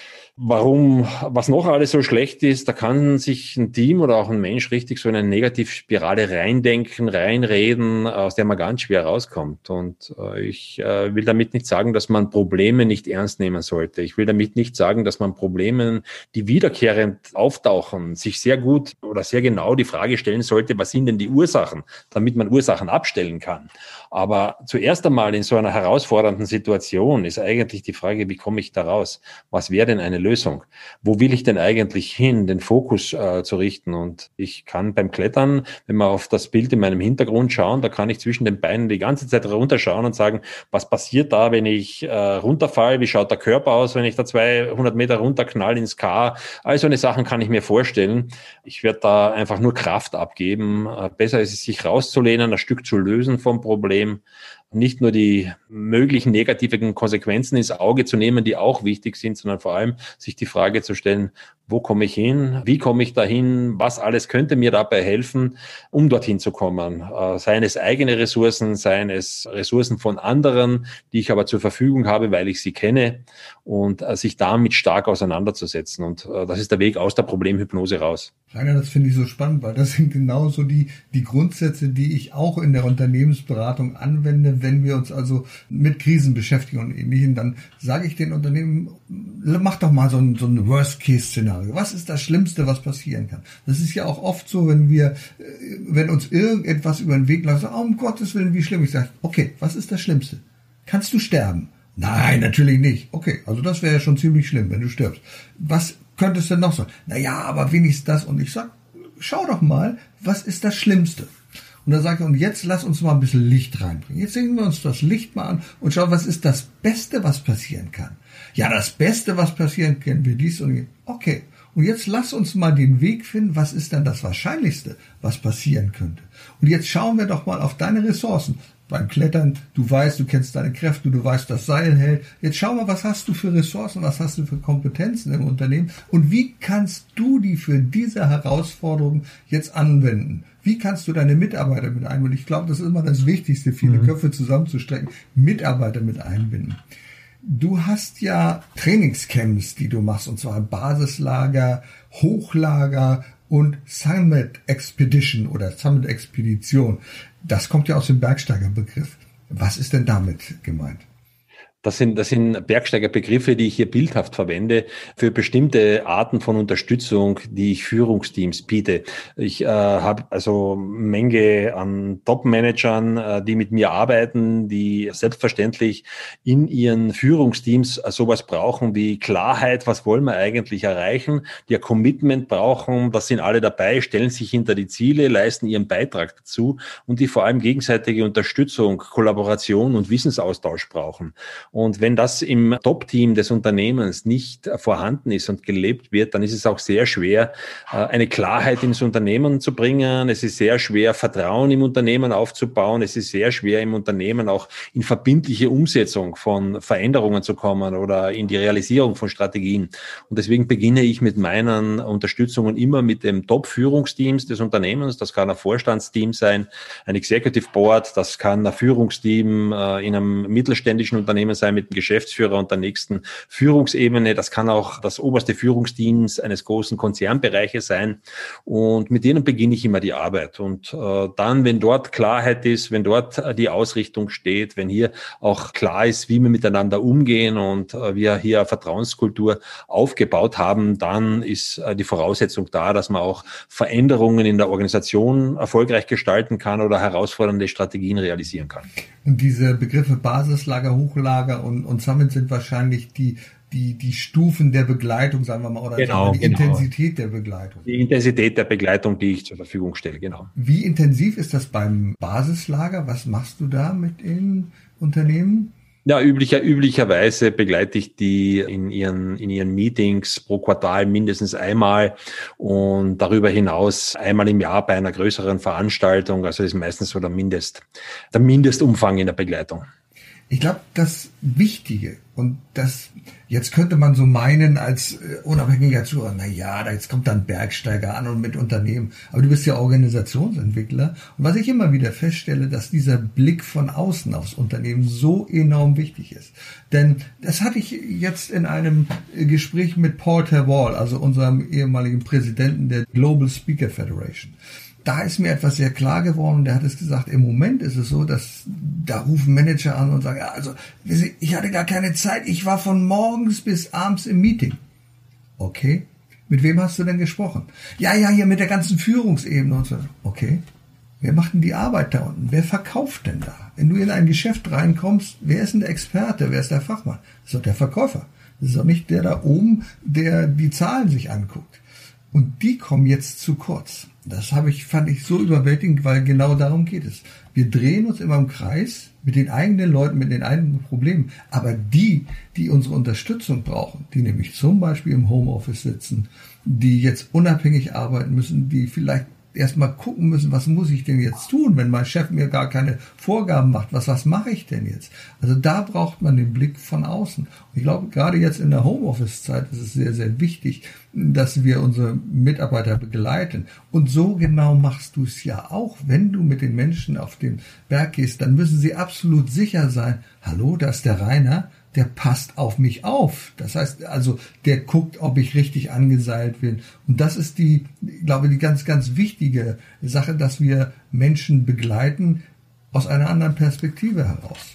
warum, was noch alles so schlecht ist, da kann sich ein Team oder auch ein Mensch richtig so in eine Negativspirale reindenken, reinreden, aus der man ganz schwer rauskommt. Und äh, ich äh, will damit nicht sagen, dass man Probleme nicht ernst nehmen sollte. Ich will damit nicht sagen, dass man Problemen, die wiederkehrend auftauchen, sich sehr gut oder sehr genau die Frage stellen sollte, was sind denn die Ursachen, damit man Ursachen abstellen kann. Aber zuerst einmal in so einer herausfordernden Situation ist eigentlich die Frage, wie komme ich da raus? Was wäre denn eine Lösung? Wo will ich denn eigentlich hin, den Fokus äh, zu richten? Und ich kann beim Klettern, wenn wir auf das Bild in meinem Hintergrund schauen, da kann ich zwischen den Beinen die ganze Zeit runterschauen und sagen, was passiert da, wenn ich äh, runterfalle? Wie schaut der Körper aus, wenn ich da zweihundert Meter runterknall ins K? All so eine Sachen kann ich mir vorstellen. Ich werde da einfach nur Kraft abgeben. Äh, besser ist es, sich rauszulehnen, ein Stück zu lösen vom Problem. Nicht nur die möglichen negativen Konsequenzen ins Auge zu nehmen, die auch wichtig sind, sondern vor allem sich die Frage zu stellen, wo komme ich hin, wie komme ich dahin, was alles könnte mir dabei helfen, um dorthin zu kommen. Seien es eigene Ressourcen, seien es Ressourcen von anderen, die ich aber zur Verfügung habe, weil ich sie kenne und sich damit stark auseinanderzusetzen. Und das ist der Weg aus der Problemhypnose raus. Rainer, das finde ich so spannend, weil das sind genauso die, die Grundsätze, die ich auch in der Unternehmensberatung anwende, wenn wir uns also mit Krisen beschäftigen und ähnlichem, dann sage ich den Unternehmen, mach doch mal so ein, so ein Worst-Case-Szenario. Was ist das Schlimmste, was passieren kann? Das ist ja auch oft so, wenn wir, wenn uns irgendetwas über den Weg lassen, oh, um Gottes Willen, wie schlimm. Ich sage, okay, was ist das Schlimmste? Kannst du sterben? Nein, natürlich nicht. Okay, also das wäre ja schon ziemlich schlimm, wenn du stirbst. Was könntest du noch so? Naja, aber wenigstens das. Und ich sag, schau doch mal, was ist das Schlimmste? Und dann sagt er, und jetzt lass uns mal ein bisschen Licht reinbringen. Jetzt sehen wir uns das Licht mal an und schauen, was ist das Beste, was passieren kann. Ja, das Beste, was passieren kann, wir dies und jenes. Okay, und jetzt lass uns mal den Weg finden, was ist denn das Wahrscheinlichste, was passieren könnte. Und jetzt schauen wir doch mal auf deine Ressourcen. Beim Klettern, du weißt, du kennst deine Kräfte, du weißt, das Seil hält. Jetzt schau mal, was hast du für Ressourcen, was hast du für Kompetenzen im Unternehmen und wie kannst du die für diese Herausforderung jetzt anwenden? Wie kannst du deine Mitarbeiter mit einbinden? Ich glaube, das ist immer das Wichtigste, viele mhm. Köpfe zusammenzustrecken, Mitarbeiter mit einbinden. Du hast ja Trainingscamps, die du machst, und zwar Basislager, Hochlager und Summit Expedition oder Summit Expedition. Das kommt ja aus dem Bergsteigerbegriff. Was ist denn damit gemeint? Das sind, das sind Bergsteigerbegriffe, die ich hier bildhaft verwende für bestimmte Arten von Unterstützung, die ich Führungsteams biete. Ich äh, habe also Menge an Top-Managern, äh, die mit mir arbeiten, die selbstverständlich in ihren Führungsteams äh, sowas brauchen wie Klarheit, was wollen wir eigentlich erreichen, die ein Commitment brauchen, das sind alle dabei, stellen sich hinter die Ziele, leisten ihren Beitrag dazu und die vor allem gegenseitige Unterstützung, Kollaboration und Wissensaustausch brauchen. Und wenn das im Top-Team des Unternehmens nicht vorhanden ist und gelebt wird, dann ist es auch sehr schwer, eine Klarheit ins Unternehmen zu bringen. Es ist sehr schwer, Vertrauen im Unternehmen aufzubauen. Es ist sehr schwer, im Unternehmen auch in verbindliche Umsetzung von Veränderungen zu kommen oder in die Realisierung von Strategien. Und deswegen beginne ich mit meinen Unterstützungen immer mit dem Top-Führungsteams des Unternehmens. Das kann ein Vorstandsteam sein, ein Executive Board, das kann ein Führungsteam äh, in einem mittelständischen Unternehmen sein mit dem Geschäftsführer und der nächsten Führungsebene. Das kann auch das oberste Führungsteam eines großen Konzernbereiches sein. Und mit denen beginne ich immer die Arbeit. Und äh, dann, wenn dort Klarheit ist, wenn dort äh, die Ausrichtung steht, wenn hier auch klar ist, wie wir miteinander umgehen und äh, wir hier eine Vertrauenskultur aufgebaut haben, dann ist äh, die Voraussetzung da, dass man auch Veränderungen in der Organisation erfolgreich gestalten kann oder herausfordernde Strategien realisieren kann. Und diese Begriffe Basislager, Hochlager und, und Summit sind wahrscheinlich die, die, die Stufen der Begleitung, sagen wir mal, oder genau, die genau. Intensität der Begleitung. Die Intensität der Begleitung, die ich zur Verfügung stelle, genau. Wie intensiv ist das beim Basislager? Was machst du da mit den Unternehmen? Ja, üblicher, üblicherweise begleite ich die in ihren, in ihren Meetings pro Quartal mindestens einmal und darüber hinaus einmal im Jahr bei einer größeren Veranstaltung. Also das ist meistens so der Mindest, der Mindestumfang in der Begleitung. Ich glaube, das Wichtige und das, jetzt könnte man so meinen als äh, unabhängiger Zuhörer, na ja, da jetzt kommt dann Bergsteiger an und mit Unternehmen, aber du bist ja Organisationsentwickler und was ich immer wieder feststelle, dass dieser Blick von außen aufs Unternehmen so enorm wichtig ist. Denn das hatte ich jetzt in einem Gespräch mit Paul Terwall, also unserem ehemaligen Präsidenten der Global Speaker Federation. Da ist mir etwas sehr klar geworden, der hat es gesagt, im Moment ist es so, dass da rufen Manager an und sagen, ja, also ich hatte gar keine Zeit, ich war von morgens bis abends im Meeting. Okay, mit wem hast du denn gesprochen? Ja, ja, hier mit der ganzen Führungsebene und so. Okay, wer macht denn die Arbeit da unten? Wer verkauft denn da? Wenn du in ein Geschäft reinkommst, wer ist denn der Experte, wer ist der Fachmann? Das ist doch der Verkäufer. Das ist doch nicht der da oben, der die Zahlen sich anguckt. Und die kommen jetzt zu kurz. Das habe ich, fand ich so überwältigend, weil genau darum geht es. Wir drehen uns immer im Kreis mit den eigenen Leuten, mit den eigenen Problemen. Aber die, die unsere Unterstützung brauchen, die nämlich zum Beispiel im Homeoffice sitzen, die jetzt unabhängig arbeiten müssen, die vielleicht erstmal gucken müssen, was muss ich denn jetzt tun, wenn mein Chef mir gar keine Vorgaben macht, was, was mache ich denn jetzt? Also da braucht man den Blick von außen. Und ich glaube, gerade jetzt in der Homeoffice-Zeit ist es sehr, sehr wichtig, dass wir unsere Mitarbeiter begleiten. Und so genau machst du es ja auch. Wenn du mit den Menschen auf den Berg gehst, dann müssen sie absolut sicher sein, hallo, da ist der Rainer, der passt auf mich auf. Das heißt also, der guckt, ob ich richtig angeseilt bin. Und das ist die, ich glaube, die ganz, ganz wichtige Sache, dass wir Menschen begleiten aus einer anderen Perspektive heraus.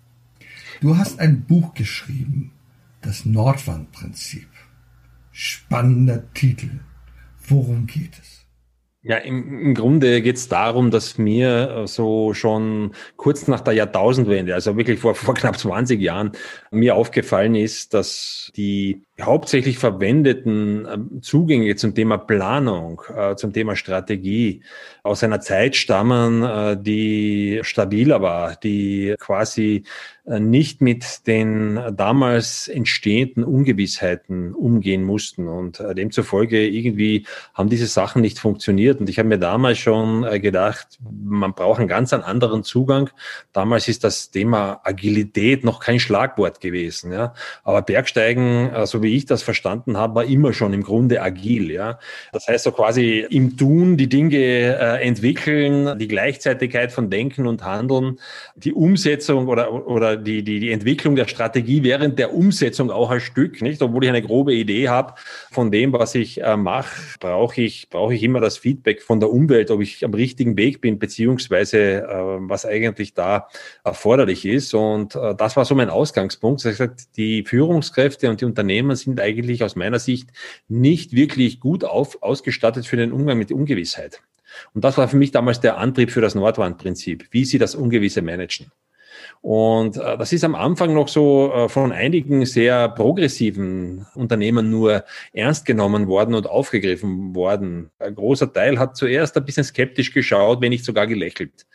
Du hast ein Buch geschrieben, das Nordwand-Prinzip. Spannender Titel. Worum geht es? Ja, im, im Grunde geht es darum, dass mir so schon kurz nach der Jahrtausendwende, also wirklich vor, vor knapp zwanzig Jahren, mir aufgefallen ist, dass die hauptsächlich verwendeten Zugänge zum Thema Planung, zum Thema Strategie aus einer Zeit stammen, die stabiler war, die quasi nicht mit den damals entstehenden Ungewissheiten umgehen mussten. Und demzufolge irgendwie haben diese Sachen nicht funktioniert. Und ich habe mir damals schon gedacht, man braucht einen ganz anderen Zugang. Damals ist das Thema Agilität noch kein Schlagwort gewesen. Ja. Aber Bergsteigen, so wie ich das verstanden habe, war immer schon im Grunde agil. Ja. Das heißt so quasi im Tun die Dinge äh, entwickeln, die Gleichzeitigkeit von Denken und Handeln, die Umsetzung oder, oder die, die, die Entwicklung der Strategie während der Umsetzung auch ein Stück, nicht? Obwohl ich eine grobe Idee habe von dem, was ich äh, mache, brauche ich, brauche ich immer das Feedback von der Umwelt, ob ich am richtigen Weg bin, beziehungsweise äh, was eigentlich da erforderlich ist. Und äh, das war so mein Ausgangspunkt. Ich habe gesagt, die Führungskräfte und die Unternehmer sind eigentlich aus meiner Sicht nicht wirklich gut auf, ausgestattet für den Umgang mit Ungewissheit. Und das war für mich damals der Antrieb für das Nordwand-Prinzip, wie sie das Ungewisse managen. Und äh, das ist am Anfang noch so äh, von einigen sehr progressiven Unternehmen nur ernst genommen worden und aufgegriffen worden. Ein großer Teil hat zuerst ein bisschen skeptisch geschaut, wenn nicht sogar gelächelt.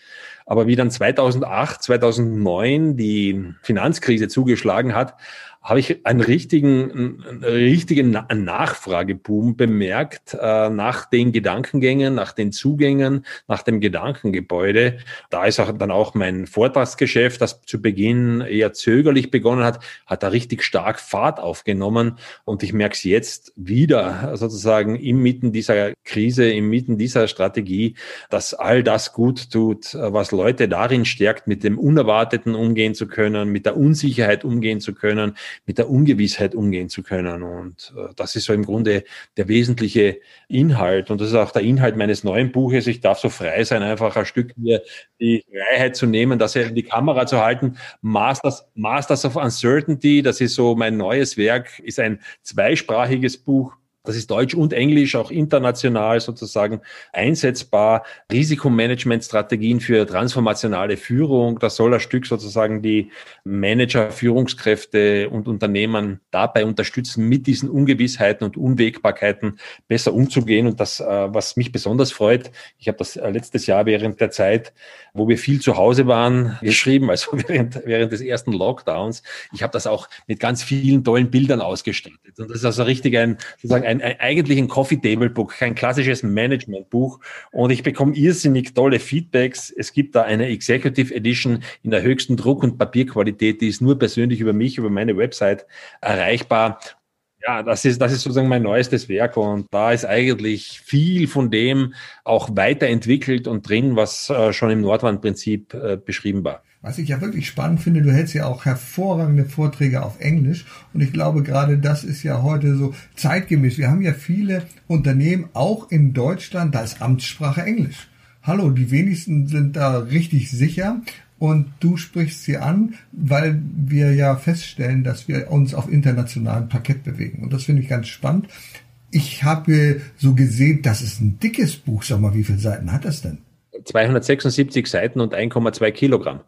Aber wie dann zweitausendacht, zweitausendneun die Finanzkrise zugeschlagen hat, habe ich einen richtigen, einen richtigen Nachfrageboom bemerkt äh, nach den Gedankengängen, nach den Zugängen, nach dem Gedankengebäude. Da ist auch dann auch mein Vortragsgeschäft, das zu Beginn eher zögerlich begonnen hat, hat da richtig stark Fahrt aufgenommen. Und ich merke es jetzt wieder sozusagen inmitten dieser Krise, inmitten dieser Strategie, dass all das gut tut, was Leute darin stärkt, mit dem Unerwarteten umgehen zu können, mit der Unsicherheit umgehen zu können, mit der Ungewissheit umgehen zu können. Und äh, das ist so im Grunde der wesentliche Inhalt. Und das ist auch der Inhalt meines neuen Buches. Ich darf so frei sein, einfach ein Stück mir die Freiheit zu nehmen, das in die Kamera zu halten. Masters, Masters of Uncertainty, das ist so mein neues Werk, ist ein zweisprachiges Buch. Das ist Deutsch und Englisch, auch international sozusagen einsetzbar. Risikomanagementstrategien für transformationale Führung. Das soll ein Stück sozusagen die Manager, Führungskräfte und Unternehmen dabei unterstützen, mit diesen Ungewissheiten und Unwägbarkeiten besser umzugehen. Und das, was mich besonders freut, ich habe das letztes Jahr während der Zeit, wo wir viel zu Hause waren, geschrieben, also während, während des ersten Lockdowns. Ich habe das auch mit ganz vielen tollen Bildern ausgestattet. Und das ist also richtig ein, sozusagen ein, ein eigentlich ein Coffee-Table-Book, kein klassisches Management-Buch. Und ich bekomme irrsinnig tolle Feedbacks. Es gibt da eine Executive Edition in der höchsten Druck- und Papierqualität, die ist nur persönlich über mich, über meine Website erreichbar. Ja, das ist, das ist sozusagen mein neuestes Werk und da ist eigentlich viel von dem auch weiterentwickelt und drin, was äh, schon im Nordwand-Prinzip äh, beschrieben war. Was ich ja wirklich spannend finde, du hältst ja auch hervorragende Vorträge auf Englisch und ich glaube gerade das ist ja heute so zeitgemäß. Wir haben ja viele Unternehmen, auch in Deutschland, da ist Amtssprache Englisch. Hallo, die wenigsten sind da richtig sicher. Und du sprichst sie an, weil wir ja feststellen, dass wir uns auf internationalem Parkett bewegen. Und das finde ich ganz spannend. Ich habe so gesehen, das ist ein dickes Buch. Sag mal, wie viele Seiten hat das denn? zweihundertsechsundsiebzig Seiten und eins Komma zwei Kilogramm.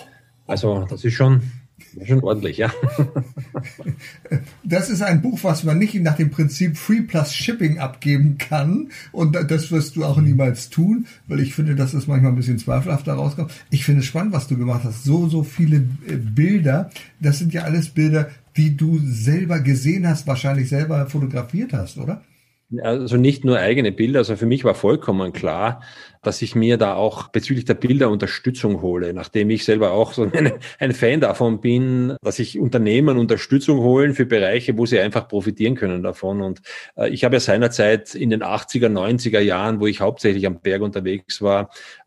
Also das ist schon, schon ordentlich, ja. Das ist ein Buch, was man nicht nach dem Prinzip Free plus Shipping abgeben kann. Und das wirst du auch niemals tun, weil ich finde, dass es manchmal ein bisschen zweifelhaft da rauskommt. Ich finde es spannend, was du gemacht hast. So, so viele Bilder. Das sind ja alles Bilder, die du selber gesehen hast, wahrscheinlich selber fotografiert hast, oder? Also nicht nur eigene Bilder, also für mich war vollkommen klar, dass ich mir da auch bezüglich der Bilder Unterstützung hole, nachdem ich selber auch so ein, ein Fan davon bin, dass sich Unternehmen Unterstützung holen für Bereiche, wo sie einfach profitieren können davon. Und äh, ich habe ja seinerzeit in den achtziger, neunziger Jahren, wo ich hauptsächlich am Berg unterwegs war,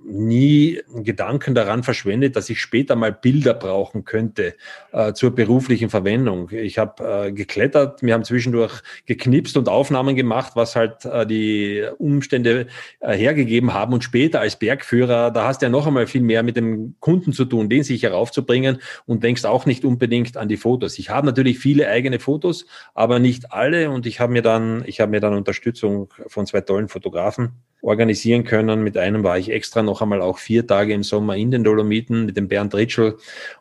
nie Gedanken daran verschwendet, dass ich später mal Bilder brauchen könnte äh, zur beruflichen Verwendung. Ich habe äh, geklettert, wir haben zwischendurch geknipst und Aufnahmen gemacht, was halt äh, die Umstände äh, hergegeben haben. Und später als Bergführer, da hast du ja noch einmal viel mehr mit dem Kunden zu tun, den sich heraufzubringen und denkst auch nicht unbedingt an die Fotos. Ich habe natürlich viele eigene Fotos, aber nicht alle. Und ich habe mir dann, ich habe mir dann Unterstützung von zwei tollen Fotografen organisieren können. Mit einem war ich extra noch einmal auch vier Tage im Sommer in den Dolomiten mit dem Bernd Ritschl.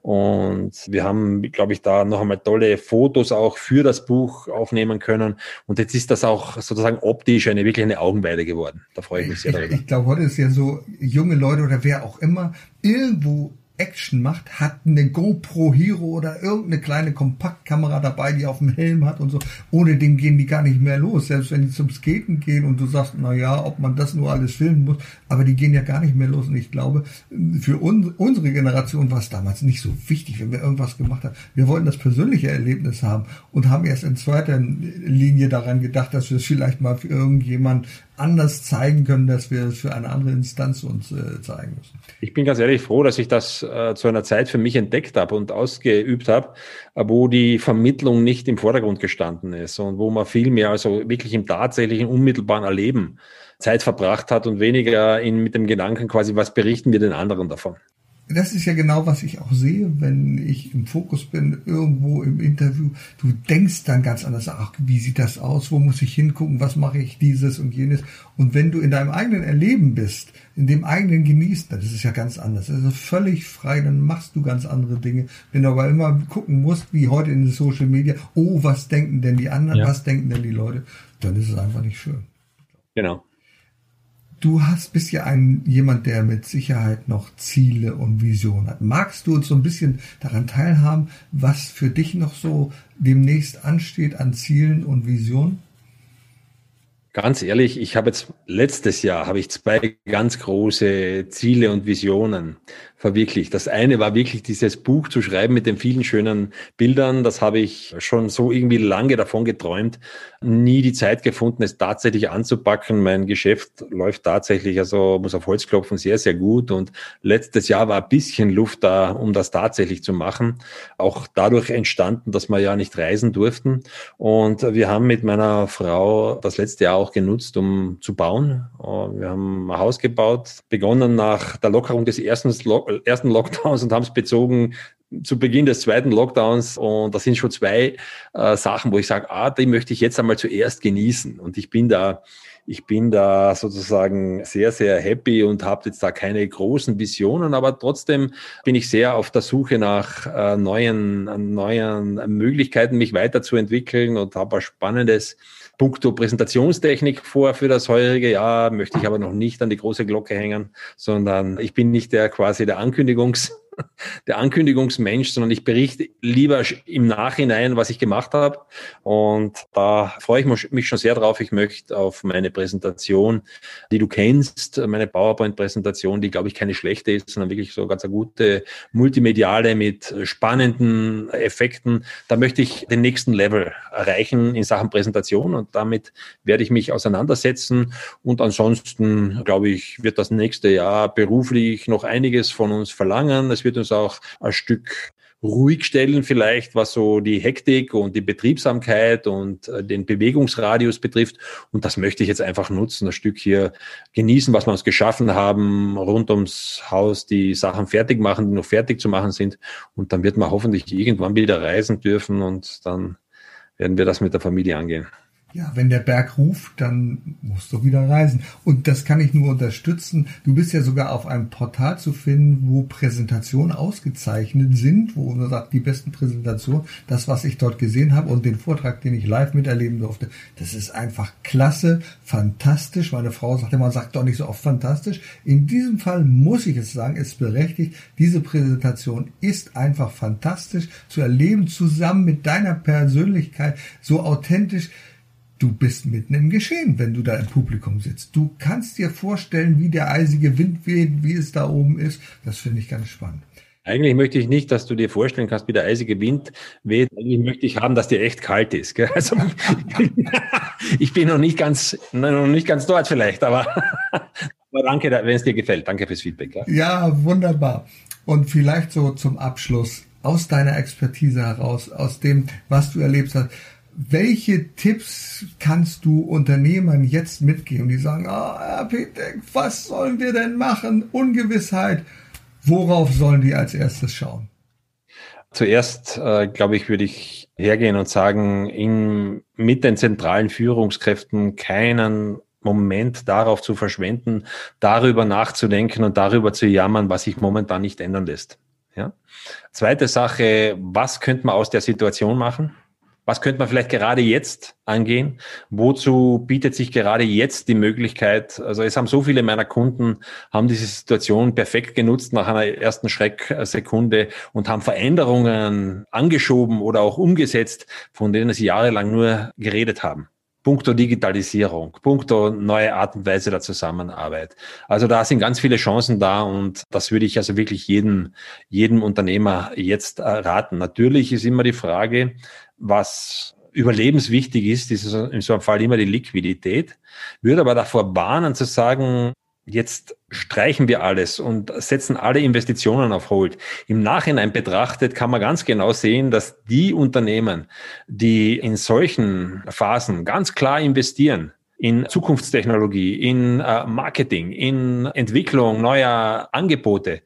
Und wir haben, glaube ich, da noch einmal tolle Fotos auch für das Buch aufnehmen können. Und jetzt ist das auch sozusagen optisch eine wirklich eine Augenweide geworden. Da freue ich mich sehr darüber. Ich, ich glaube, heute ist ja so, junge Leute oder wer auch immer irgendwo Action macht, hat eine GoPro Hero oder irgendeine kleine Kompaktkamera dabei, die auf dem Helm hat und so. Ohne den gehen die gar nicht mehr los. Selbst wenn die zum Skaten gehen und du sagst, na ja, ob man das nur alles filmen muss, aber die gehen ja gar nicht mehr los. Und ich glaube, für un- unsere Generation war es damals nicht so wichtig, wenn wir irgendwas gemacht haben. Wir wollten das persönliche Erlebnis haben und haben erst in zweiter Linie daran gedacht, dass wir es vielleicht mal für irgendjemand anders zeigen können, dass wir es für eine andere Instanz uns äh, zeigen müssen. Ich bin ganz ehrlich froh, dass ich das äh, zu einer Zeit für mich entdeckt habe und ausgeübt habe, äh, wo die Vermittlung nicht im Vordergrund gestanden ist und wo man viel mehr also wirklich im tatsächlichen, unmittelbaren Erleben Zeit verbracht hat und weniger in, mit dem Gedanken quasi, was berichten wir den anderen davon. Das ist ja genau, was ich auch sehe, wenn ich im Fokus bin, irgendwo im Interview. Du denkst dann ganz anders, ach, wie sieht das aus? Wo muss ich hingucken? Was mache ich dieses und jenes? Und wenn du in deinem eigenen Erleben bist, in dem eigenen Genießen, das ist ja ganz anders. Das ist völlig frei, dann machst du ganz andere Dinge. Wenn du aber immer gucken musst, wie heute in den Social Media, oh, was denken denn die anderen? Ja. Was denken denn die Leute? Dann ist es einfach nicht schön. Genau. Du hast bist ja ein jemand, der mit Sicherheit noch Ziele und Visionen hat. Magst du uns so ein bisschen daran teilhaben, was für dich noch so demnächst ansteht an Zielen und Visionen? Ganz ehrlich, ich habe jetzt letztes Jahr habe ich zwei ganz große Ziele und Visionen verwirklicht. Das eine war wirklich dieses Buch zu schreiben mit den vielen schönen Bildern. Das habe ich schon so irgendwie lange davon geträumt. Nie die Zeit gefunden, es tatsächlich anzupacken. Mein Geschäft läuft tatsächlich, also muss auf Holz klopfen, sehr, sehr gut. Und letztes Jahr war ein bisschen Luft da, um das tatsächlich zu machen. Auch dadurch entstanden, dass wir ja nicht reisen durften. Und wir haben mit meiner Frau das letzte Jahr auch genutzt, um zu bauen. Wir haben ein Haus gebaut, begonnen nach der Lockerung des ersten, ersten Lockdowns und haben es bezogen zu Beginn des zweiten Lockdowns. Und das sind schon zwei äh, Sachen, wo ich sage, ah, die möchte ich jetzt einmal zuerst genießen. Und ich bin da Ich bin da sozusagen sehr, sehr happy und habe jetzt da keine großen Visionen, aber trotzdem bin ich sehr auf der Suche nach äh, neuen, neuen Möglichkeiten, mich weiterzuentwickeln und habe ein spannendes Punkto Präsentationstechnik vor für das heurige Jahr, möchte ich aber noch nicht an die große Glocke hängen, sondern ich bin nicht der quasi der Ankündigungs der Ankündigungsmensch, sondern ich berichte lieber im Nachhinein, was ich gemacht habe. Und da freue ich mich schon sehr drauf. Ich möchte auf meine Präsentation, die du kennst, meine PowerPoint-Präsentation, die, glaube ich, keine schlechte ist, sondern wirklich so ganz eine gute multimediale mit spannenden Effekten. Da möchte ich den nächsten Level erreichen in Sachen Präsentation und damit werde ich mich auseinandersetzen. Und ansonsten, glaube ich, wird das nächste Jahr beruflich noch einiges von uns verlangen. Es wird uns auch ein Stück ruhig stellen vielleicht, was so die Hektik und die Betriebsamkeit und den Bewegungsradius betrifft. Und das möchte ich jetzt einfach nutzen, ein Stück hier genießen, was wir uns geschaffen haben, rund ums Haus die Sachen fertig machen, die noch fertig zu machen sind. Und dann wird man hoffentlich irgendwann wieder reisen dürfen und dann werden wir das mit der Familie angehen. Ja, wenn der Berg ruft, dann musst du wieder reisen. Und das kann ich nur unterstützen. Du bist ja sogar auf einem Portal zu finden, wo Präsentationen ausgezeichnet sind, wo man sagt, die besten Präsentationen, das, was ich dort gesehen habe und den Vortrag, den ich live miterleben durfte, das ist einfach klasse, fantastisch. Meine Frau sagt immer, sagt doch nicht so oft fantastisch. In diesem Fall muss ich es sagen, ist berechtigt. Diese Präsentation ist einfach fantastisch zu erleben, zusammen mit deiner Persönlichkeit, so authentisch. Du bist mitten im Geschehen, wenn du da im Publikum sitzt. Du kannst dir vorstellen, wie der eisige Wind weht, wie es da oben ist. Das finde ich ganz spannend. Eigentlich möchte ich nicht, dass du dir vorstellen kannst, wie der eisige Wind weht. Eigentlich möchte ich haben, dass dir echt kalt ist. Gell? Also, ich bin noch nicht ganz, noch nicht ganz dort vielleicht, aber, aber danke, wenn es dir gefällt. Danke fürs Feedback. Ja? Ja, wunderbar. Und vielleicht so zum Abschluss, aus deiner Expertise heraus, aus dem, was du erlebt hast, welche Tipps kannst du Unternehmern jetzt mitgeben, die sagen, ah, Herr Petek, was sollen wir denn machen? Ungewissheit. Worauf sollen die als erstes schauen? Zuerst, äh, glaube ich, würde ich hergehen und sagen, in, mit den zentralen Führungskräften keinen Moment darauf zu verschwenden, darüber nachzudenken und darüber zu jammern, was sich momentan nicht ändern lässt. Ja? Zweite Sache, was könnte man aus der Situation machen? Was könnte man vielleicht gerade jetzt angehen? Wozu bietet sich gerade jetzt die Möglichkeit? Also es haben so viele meiner Kunden, haben diese Situation perfekt genutzt nach einer ersten Schrecksekunde und haben Veränderungen angeschoben oder auch umgesetzt, von denen sie jahrelang nur geredet haben. Punkto Digitalisierung, punkto neue Art und Weise der Zusammenarbeit. Also da sind ganz viele Chancen da und das würde ich also wirklich jedem, jedem Unternehmer jetzt raten. Natürlich ist immer die Frage, was überlebenswichtig ist, ist in so einem Fall immer die Liquidität. Würde aber davor warnen zu sagen, jetzt streichen wir alles und setzen alle Investitionen auf Hold. Im Nachhinein betrachtet kann man ganz genau sehen, dass die Unternehmen, die in solchen Phasen ganz klar investieren, in Zukunftstechnologie, in Marketing, in Entwicklung neuer Angebote,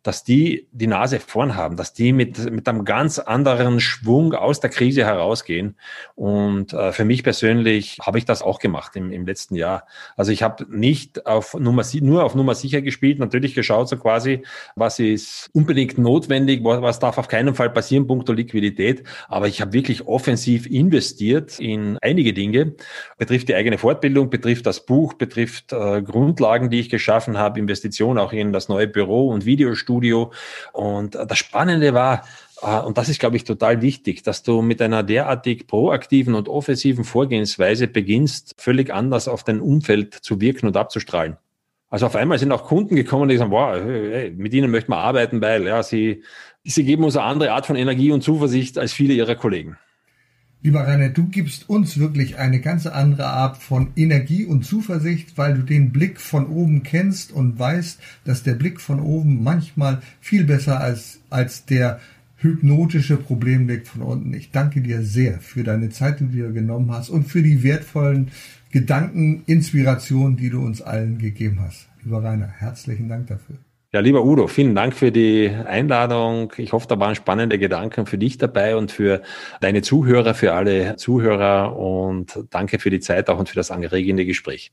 dass die die Nase vorn haben, dass die mit, mit einem ganz anderen Schwung aus der Krise herausgehen. Und äh, für mich persönlich habe ich das auch gemacht im, im letzten Jahr. Also ich habe nicht auf Nummer, nur auf Nummer sicher gespielt, natürlich geschaut so quasi, was ist unbedingt notwendig, was, was darf auf keinen Fall passieren, punkto Liquidität. Aber ich habe wirklich offensiv investiert in einige Dinge, betrifft die eigene Fortbildung, betrifft das Buch, betrifft äh, Grundlagen, die ich geschaffen habe, Investitionen auch in das neue Büro und Videostudio. Und das Spannende war, und das ist, glaube ich, total wichtig, dass du mit einer derartig proaktiven und offensiven Vorgehensweise beginnst, völlig anders auf dein Umfeld zu wirken und abzustrahlen. Also auf einmal sind auch Kunden gekommen, die sagen, wow, hey, mit ihnen möchten wir arbeiten, weil ja, sie, sie geben uns eine andere Art von Energie und Zuversicht als viele ihrer Kollegen. Lieber Rainer, du gibst uns wirklich eine ganz andere Art von Energie und Zuversicht, weil du den Blick von oben kennst und weißt, dass der Blick von oben manchmal viel besser als, als der hypnotische Problemblick von unten. Ich danke dir sehr für deine Zeit, die du dir genommen hast und für die wertvollen Gedanken, Inspirationen, die du uns allen gegeben hast. Lieber Rainer, herzlichen Dank dafür. Ja, lieber Udo, vielen Dank für die Einladung. Ich hoffe, da waren spannende Gedanken für dich dabei und für deine Zuhörer, für alle Zuhörer, und danke für die Zeit auch und für das anregende Gespräch.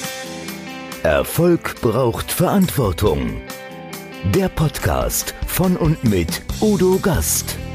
Erfolg braucht Verantwortung. Der Podcast von und mit Udo Gast.